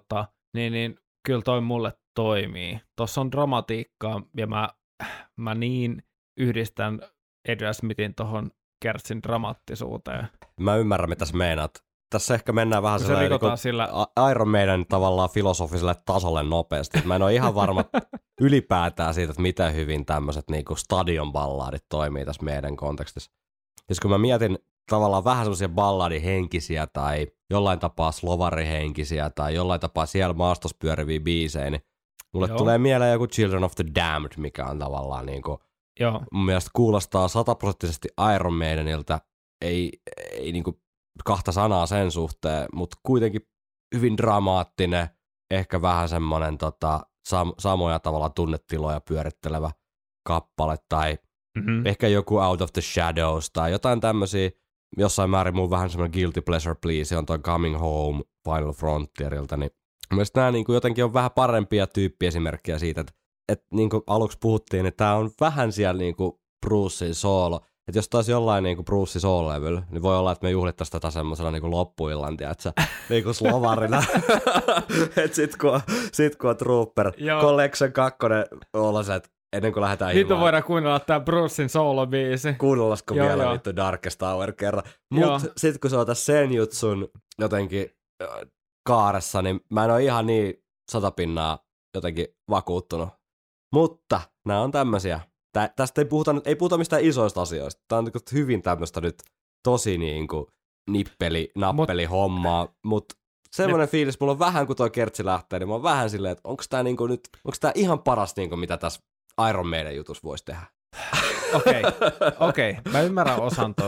niin kyllä toi mulle toimii. Tuossa on dramatiikkaa ja mä niin yhdistän Adrian Smithin tohon kertsin dramaattisuuteen. Mä ymmärrän, mitä sä meinaat. Tässä ehkä mennään vähän sillä Iron Maiden tavallaan filosofiselle tasolle nopeasti. Mä en ole ihan varma ylipäätään siitä, että miten hyvin tämmöiset niinku stadionballadit toimii tässä meidän kontekstissa. Siis kun mä mietin tavallaan vähän semmoisia balladihenkisiä tai jollain tapaa slovarihenkisiä tai jollain tapaa siellä maastossa pyöriviä biisejä, niin mulle tulee mieleen joku Children of the Damned, mikä on tavallaan niinku, mun mielestä kuulostaa 100% Iron Maideniltä, ei niinku kahta sanaa sen suhteen, mutta kuitenkin hyvin dramaattinen, ehkä vähän semmoinen samoja tavalla tunnetiloja pyörittelevä kappale tai ehkä joku Out of the Shadows tai jotain tämmöisiä. Jossain määrin mun vähän semmoinen guilty pleasure please on toi Coming Home Final Frontierilta, niin mielestäni nämä niinku jotenkin on vähän parempia tyyppiesimerkkejä siitä, että niin kuin aluksi puhuttiin, että tämä on vähän siellä niinku Brucein soolo. Että jos taisi jollain niinku Brucein soolo-levyllä, niin voi olla, että me juhlittaisiin tätä semmoisena niinku loppuillan, tiedätkö, niinku slovarina. Että sit kun on Trooper Collection 2 olla se, että ennen kuin lähdetään himaan. Nyt voidaan kuunnella tää Brucein soolo-biisi. Kuunnellasko vielä vittu Darkest Hour kerran. Mut sit kun se on tässä sen jutsun jotenkin kaaressa, niin mä en ole ihan niin 100% jotenkin vakuuttunut. Mutta nämä on tämmösiä. Tästä ei puhuta mistään isoista asioista. Tää on niin hyvin tämmöistä nyt tosi niinku nappeli hommaa, mutta semmoinen fiilis mulla on vähän, kun toi kertsi lähtee, niin mä oon vähän silleen, että onko tää ihan paras niinku, mitä tässä Iron Maiden jutussa voisi tehdä? Okei. Mä ymmärrän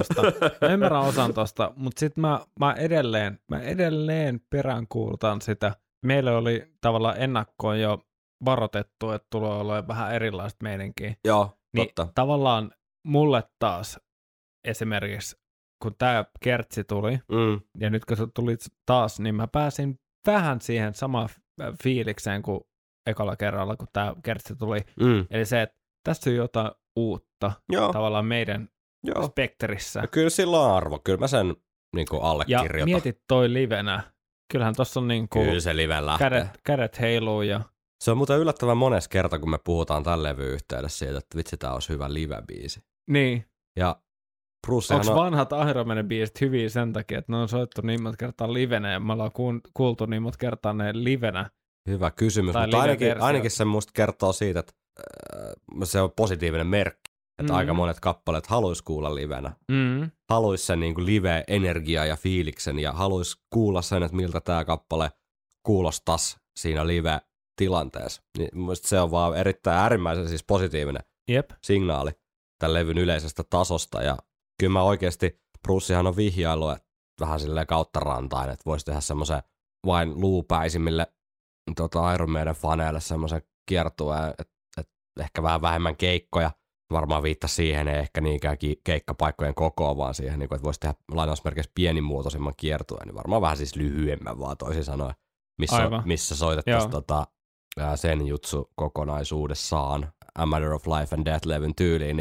osan tosta, mutta sit mä edelleen peräänkuulutan sitä. Meillä oli tavallaan ennakkoon jo varoitettu, että tulee olemaan vähän erilaista meininkiä. Joo, niin totta. Tavallaan mulle taas esimerkiksi, kun tää kertsi tuli, ja nyt kun se tuli taas, niin mä pääsin vähän siihen samaan fiilikseen kuin ekalla kerralla, kun tää kertsi tuli. Eli se, että tässä on jotain uutta tavallaan meidän spektrissä. Ja kyllä sillä on arvo, kyllä mä sen niinku allekirjoitan. Ja mietit toi livenä. Kyllähän tossa on niinku kyllä se live lähtee. Kädet heiluu ja... Se on muuten yllättävän mones kerta, kun me puhutaan tämän levyn yhteydessä siitä, että vitsi, tää olisi hyvä live-biisi. Niin. Ja onko vanhat Iron Maiden biisit hyviä sen takia, että ne on soittu niin monta kertaa livenä ja me ollaan kuultu niin monta kertaa ne livenä? Hyvä kysymys, mutta ainakin se musta kertoo siitä, että se on positiivinen merkki, että aika monet kappaleet haluaisi kuulla livenä. Haluaisi sen niin kuin live-energiaa ja fiiliksen ja haluaisi kuulla sen, että miltä tämä kappale kuulostaisi siinä live-tilanteessa. Niin mielestäni se on vaan äärimmäisen siis positiivinen signaali tämän levyn yleisestä tasosta. Ja kyllä mä oikeasti, Brucehan on vihjailu, että vähän silleen kautta rantain, että voisi tehdä semmoisen vain luupäisimmille Iron Maiden faneille semmoisen kiertueen, että ehkä vähän vähemmän keikkoja. Varmaan viittasi siihen, ei ehkä niinkään keikkapaikkojen kokoa, vaan siihen, että voisi tehdä lainausmerkeissä pienimuotoisemman kiertueen, niin varmaan vähän siis lyhyemmän vaan toisin sanoen, missä soitettaisiin sen jutsu kokonaisuudessaan A Matter of Life and Death-levyn tyyliin, niin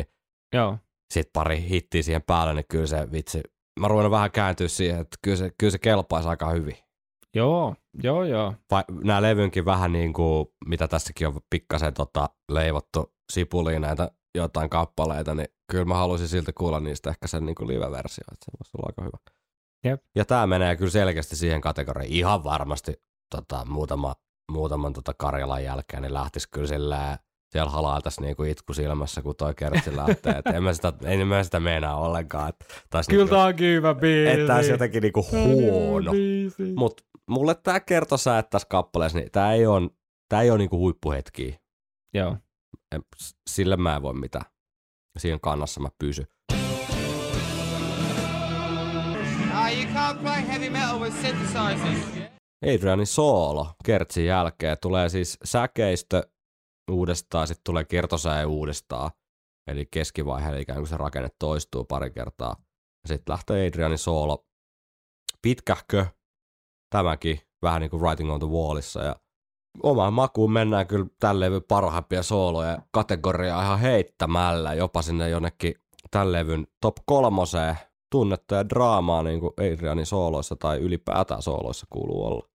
Joo. Sitten pari hittiä siihen päälle, niin kyllä se vitsi. Mä ruvennut vähän kääntyä siihen, että kyllä se kelpaisi aika hyvin. Joo. Nämä levynkin vähän niin kuin, mitä tässäkin on pikkasen leivottu sipuliin näitä jotain kappaleita, niin kyllä mä haluaisin silti kuulla niistä ehkä sen niin kuin live-versio, että se voisi olla aika hyvä. Jep. Ja tää menee kyllä selkeästi siihen kategoriaan. Ihan varmasti muutaman Karjalan jälkeen niin lähtisi kyllä silleen, siellä halailtaisi niinku itku silmässä, kun toi Kertsi lähtee. Et en mä sitä meinaa ollenkaan. Kyllä tää on hyvä biisi. Että tää on jotenkin niinku huono. Mut mulle tää kertosäät tässä kappaleessa, niin tää ei oo niinku huippuhetkiä. Joo. Sille mä en voi mitään. Siinä kannassa mä pysyn. You can't play heavy metal with synthesizers. Adrianin soolo Kertsin jälkeen tulee siis säkeistö uudestaan, sitten tulee kertosäe uudestaan. Eli keskivaiheella ikään kuin se rakenne toistuu pari kertaa. Sitten lähtee Adrianin soolo. Pitkähkö tämäkin, vähän niin kuin Writing on the Wallissa. Ja omaan makuun mennään kyllä tämän levyn parhaimpia sooloja kategoriaa ihan heittämällä. Jopa sinne jonnekin tämän levyn top 3. Tunnettuja draamaa niin kuin Adrianin sooloissa tai ylipäätään sooloissa kuuluu olla.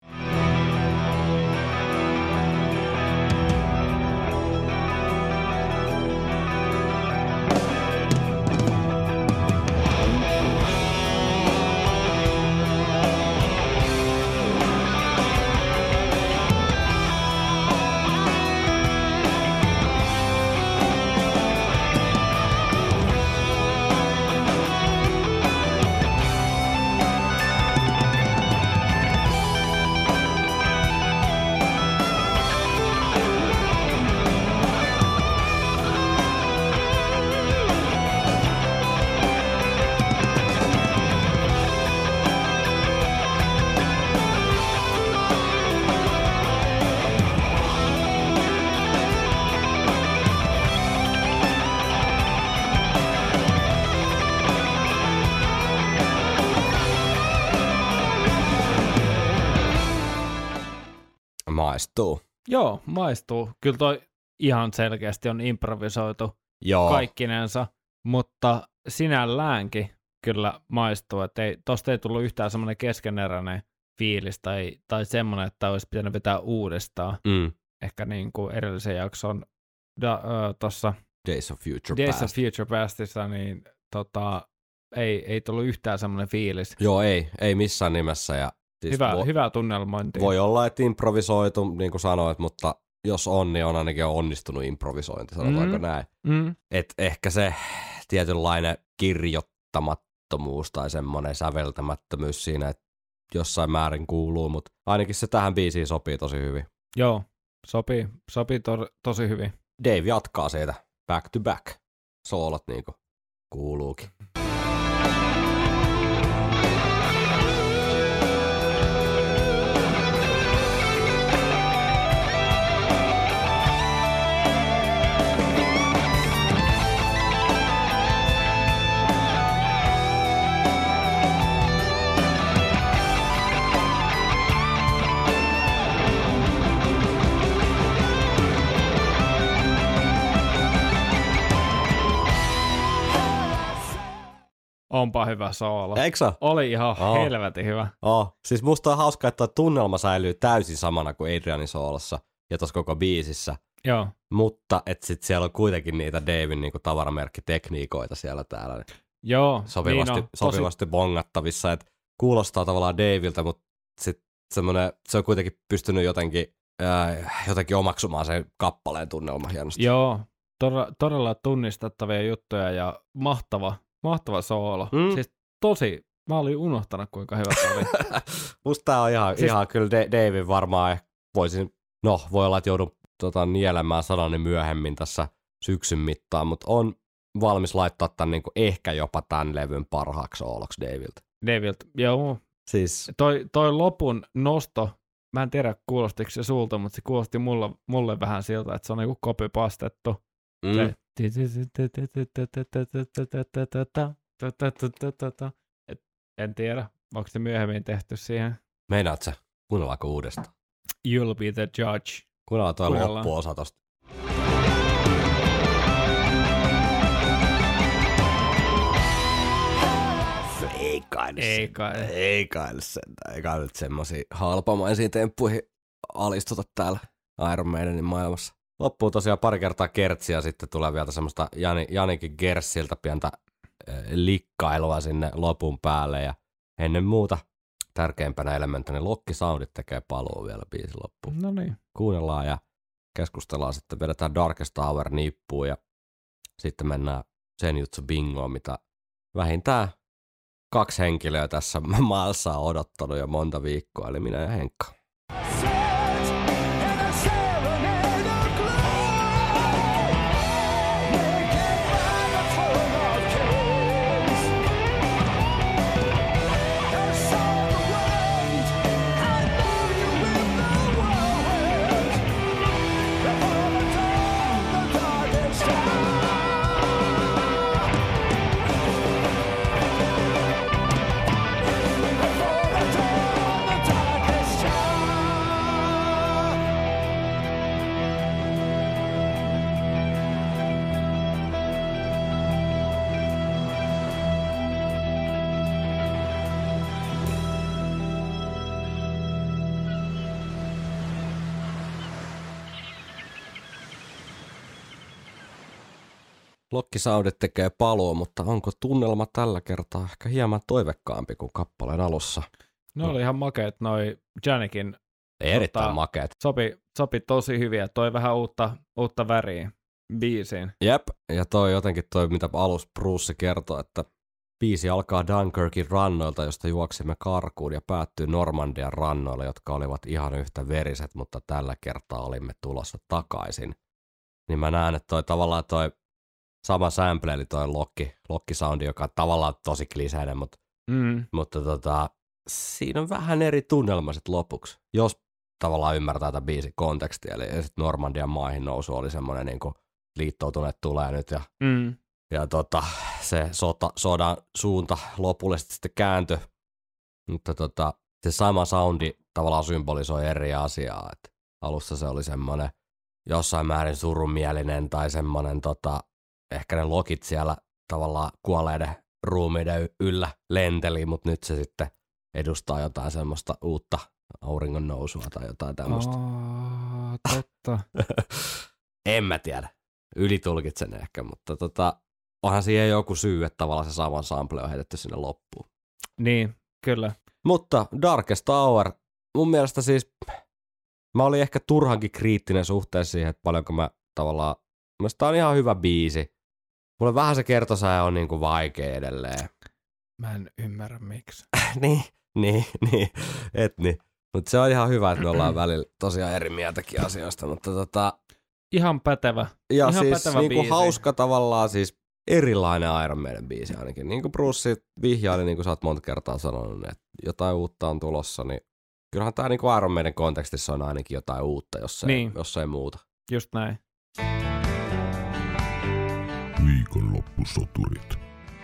Maistuu. Joo, maistuu. Kyllä toi ihan selkeästi on improvisoitu kaikkinensa, mutta sinälläänkin kyllä maistuu, että tosta ei tullut yhtään semmoinen keskeneräinen fiilis tai semmoinen, että olisi pitänyt vetää uudestaan. Ehkä niin kuin edellisen jakson tuossa Days of Future Pastissa, niin ei tullut yhtään semmoinen fiilis. Joo, ei missään nimessä. Ja siis hyvä tunnelmointi. Voi olla, että improvisoitu, niin kuin sanoit, mutta jos on, niin on ainakin onnistunut improvisointi, sanotaanko näin. Et ehkä se tietynlainen kirjoittamattomuus tai semmoinen säveltämättömyys siinä, että jossain määrin kuuluu, mutta ainakin se tähän biisiin sopii tosi hyvin. Joo, sopii tosi hyvin. Dave jatkaa siitä back to back. Soolot niin kuin kuuluukin. Onpa hyvä soolo. Eikö se? Oli ihan helvetin hyvä. Siis musta on hauska, että tunnelma säilyy täysin samana kuin Adrianin soolossa ja tuossa koko biisissä. Joo. Mutta että sit siellä on kuitenkin niitä Davin niinku tavaramerkkitekniikoita siellä täällä. Joo. Sopivasti bongattavissa. Että kuulostaa tavallaan Daviltä, mutta sit se on kuitenkin pystynyt jotenkin omaksumaan sen kappaleen tunnelma hienosti. Joo. Todella tunnistettavia juttuja ja mahtava soolo. Siis mä olin unohtanut kuinka hyvä se oli. Musta tää on ihan kyllä Davin varmaan voi olla, että joudun nielemään sanani myöhemmin tässä syksyn mittaan, mutta on valmis laittaa tämän niinku ehkä jopa tämän levyn parhaaksi sooloksi Davilta. Joo. Siis toi lopun nosto, mä en tiedä kuulostiko se sulta, mutta se kuulosti mulle vähän siltä, että se on niinku copy-pastettu. En tiedä, onko se myöhemmin tehty siihen. Meinaat sä? Kuunnellaanko uudestaan? You'll be the judge. Kuunnellaan toi loppuosa tosta. Ei kai nyt semmosia halpamaisiin temppuihin alistuta täällä Iron Maidenin maailmassa. Loppuu tosiaan pari kertaa kertsiä, sitten tulee vielä semmoista Janikin Gerssiltä pientä likkailua sinne lopun päälle ja ennen muuta tärkeimpänä elementtinä niin lokkisoundit tekee paluu vielä biisin loppuun. No niin. Kuunnellaan ja keskustellaan, sitten vedetään Darkest Hour nippuun ja sitten mennään Senjutsu Bingoon, mitä vähintään 2 henkilöä tässä maassa on odottanut jo monta viikkoa, eli minä ja Henkka. Lokkisoundit tekee paluu, mutta onko tunnelma tällä kertaa ehkä hieman toivekkaampi kuin kappaleen alussa? Ne oli ihan makeet noi Janikin. Erittäin makeet. Sopi tosi hyviä. Toi vähän uutta väriä biisiin. Jep, ja toi jotenkin mitä alussa Bruce kertoi, että biisi alkaa Dunkirkin rannoilta, josta juoksimme karkuun ja päättyy Normandian rannoille, jotka olivat ihan yhtä veriset, mutta tällä kertaa olimme tulossa takaisin. Niin mä näen, että tavallaan toi sama sample, eli toi lokkisoundi, joka on tavallaan tosi kliseinen, mutta siinä on vähän eri tunnelma sit lopuksi, jos tavallaan ymmärtää tätä biisin kontekstia. Eli sitten Normandian maihin nousu oli semmoinen niinku liittoutuneet tulee nyt ja se sodan suunta lopullisesti sitten kääntyi. Mutta se sama soundi tavallaan symbolisoi eri asiaa. Et alussa se oli semmoinen jossain määrin surumielinen tai semmoinen ehkä ne lokit siellä tavallaan kuolleiden ruumiiden yllä lenteli, mutta nyt se sitten edustaa jotain semmoista uutta auringon nousua tai jotain tämmöistä. Totta. En mä tiedä. Ylitulkitsen ehkä, mutta onhan siihen joku syy, että tavallaan se saman sample on heitetty sinne loppuun. Niin, kyllä. Mutta Darkest Hour, mun mielestä siis, mä olin ehkä turhankin kriittinen suhteessa siihen, että paljonko mä tavallaan, mielestäni tää on ihan hyvä biisi. Mulle vähän se kertosää on niinku vaikea edelleen. Mä en ymmärrä miksi. niin. Mutta se on ihan hyvä, että me ollaan välillä tosiaan eri mieltäkin asioista, mutta Ihan pätevä. Ja ihan siis pätevä niinku biisi. Hauska tavallaan siis erilainen Iron Maiden biisi ainakin. Niin kuin Bruce vihjaili, niin kuin sä oot monta kertaa sanonut, että jotain uutta on tulossa, niin kyllähän tää niinku Iron Maiden kontekstissa on ainakin jotain uutta, jos ei muuta. Just näin. Viikonloppusoturit.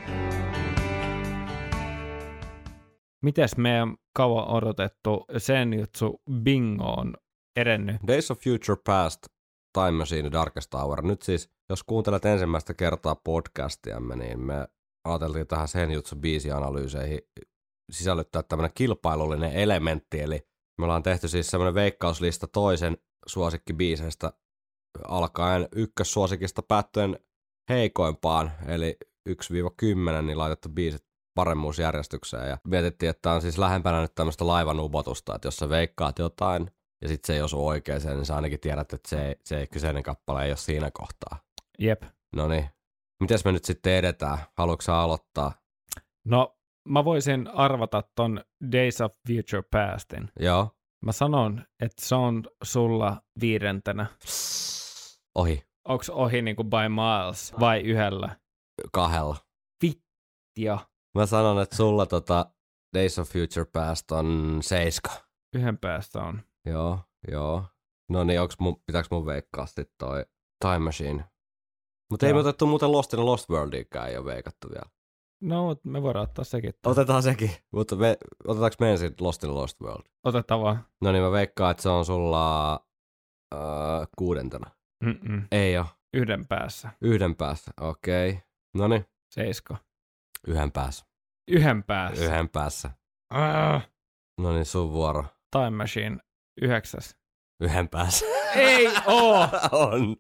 Mites meidän kauan odotettu Senjutsu Bingo on edennyt? Days of Future Past, Time Machine, Darkest Hour. Nyt siis, jos kuuntelet ensimmäistä kertaa podcastiamme, niin me ajateltiin tähän Senjutsu-biisianalyyseihin sisällyttää tämmöinen kilpailullinen elementti, eli me ollaan tehty siis semmoinen veikkauslista toisen suosikkibiiseistä alkaen ykkössuosikista päättyen heikoimpaan, eli 1-10, niin laitettu biisit paremmuusjärjestykseen ja mietittiin, että on siis lähempänä nyt tämmöistä laivan upotusta, että jos sä veikkaat jotain ja sit se ei osu oikeaan, niin sä ainakin tiedät, että se kyseinen kappale ei ole siinä kohtaa. Jep. Noniin. Mites me nyt sitten edetään? Haluatko sä aloittaa? No, mä voisin arvata ton Days of Future Pastin. Joo. Mä sanon, että se on sulla 5. Ohi. Onks ohi niinku by miles vai 1? 2. Vittia. Mä sanon, että sulla Days of Future Past on 7. 1 päästä on. Joo. No niin, pitääkö mun veikkaa sit toi Time Machine? Mutta ei me otettu muuten Lost in Lost Worldiikään, ei ole veikattu vielä. No, me voidaan ottaa sekin. Otetaan sekin, mutta otetaanko me ensin Lost in Lost World? Otetaan vaan. No niin, mä veikkaan, että se on sulla 6. Ei oo. 1 päässä. 1 päässä, okei. Noniin. 7. 1 päässä. Yhden päässä. Yhden päässä. No niin, sun vuoro. Time Machine 9. Yhden päässä. Ei oo! On.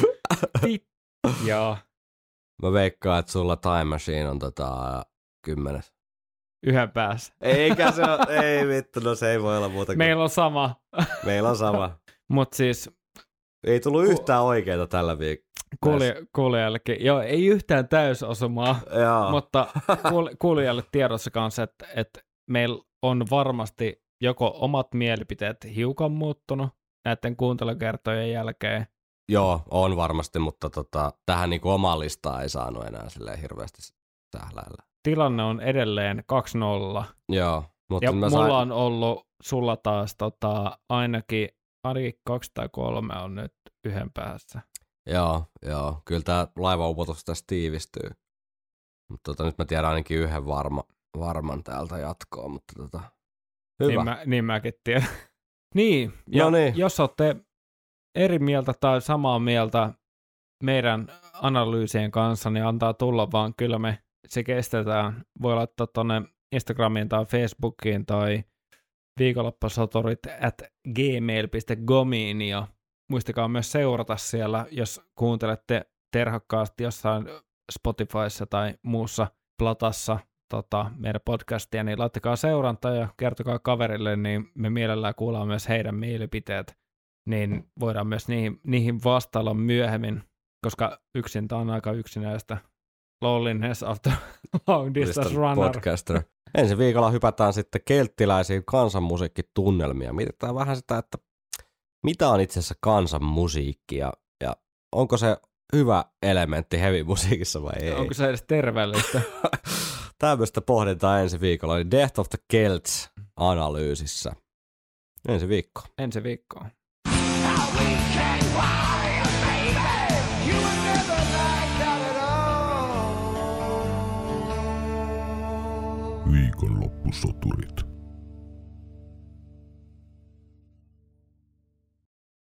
Joo. Mä veikkaan, että sulla Time Machine on 10. Yhden päässä. Eikä se ole, ei vittu, no se ei voi olla muuta kuin... Meillä on sama. Meillä on sama. Mut siis... Ei tullut yhtään oikeita tällä viikolla. Kuulijallekin. Joo, ei yhtään täysosumaa, mutta kuulijalle tiedossa kanssa, että meillä on varmasti joko omat mielipiteet hiukan muuttunut näiden kuuntelukertojen jälkeen. Joo, on varmasti, mutta tähän niinku omaa listaa ei saanut enää silleen hirveästi sähläillä. Tilanne on edelleen 2-0. Joo. Mutta ja mulla on ollut sulla taas ainakin 2 tai 3 on nyt yhden päässä. Joo. Kyllä tää laivaupotus tässä tiivistyy. Mutta nyt mä tiedän ainakin yhden varman täältä jatkoa, mutta hyvä. Niin mäkin tiedän. Niin, ja no niin. Jos olette eri mieltä tai samaa mieltä meidän analyysien kanssa, niin antaa tulla vaan. Kyllä me se kestetään. Voi laittaa tonne Instagramiin tai Facebookiin tai viikonloppusoturit@gmail.comiin ja muistakaa myös seurata siellä, jos kuuntelette terhakkaasti jossain Spotifyssa tai muussa platassa meidän podcastia, niin laittakaa seurantaa ja kertokaa kaverille, niin me mielellään kuullaan myös heidän mielipiteet, niin voidaan myös niihin vastailla myöhemmin, koska yksin tämä on aika yksinäistä. Loneliness after long distance runner. Podcaster. Ensi viikolla hypätään sitten kelttiläisiin kansanmusiikkitunnelmia. Mietitään vähän sitä, että mitä on itse asiassa kansanmusiikki ja onko se hyvä elementti heavy-musiikissa vai ei? Onko se edes terveellistä? Tämmöistä pohdintaa ensi viikolla, eli Death of the Celts -analyysissä. Ensi viikkoon. Ensi viikkoon. Viikonloppusoturit.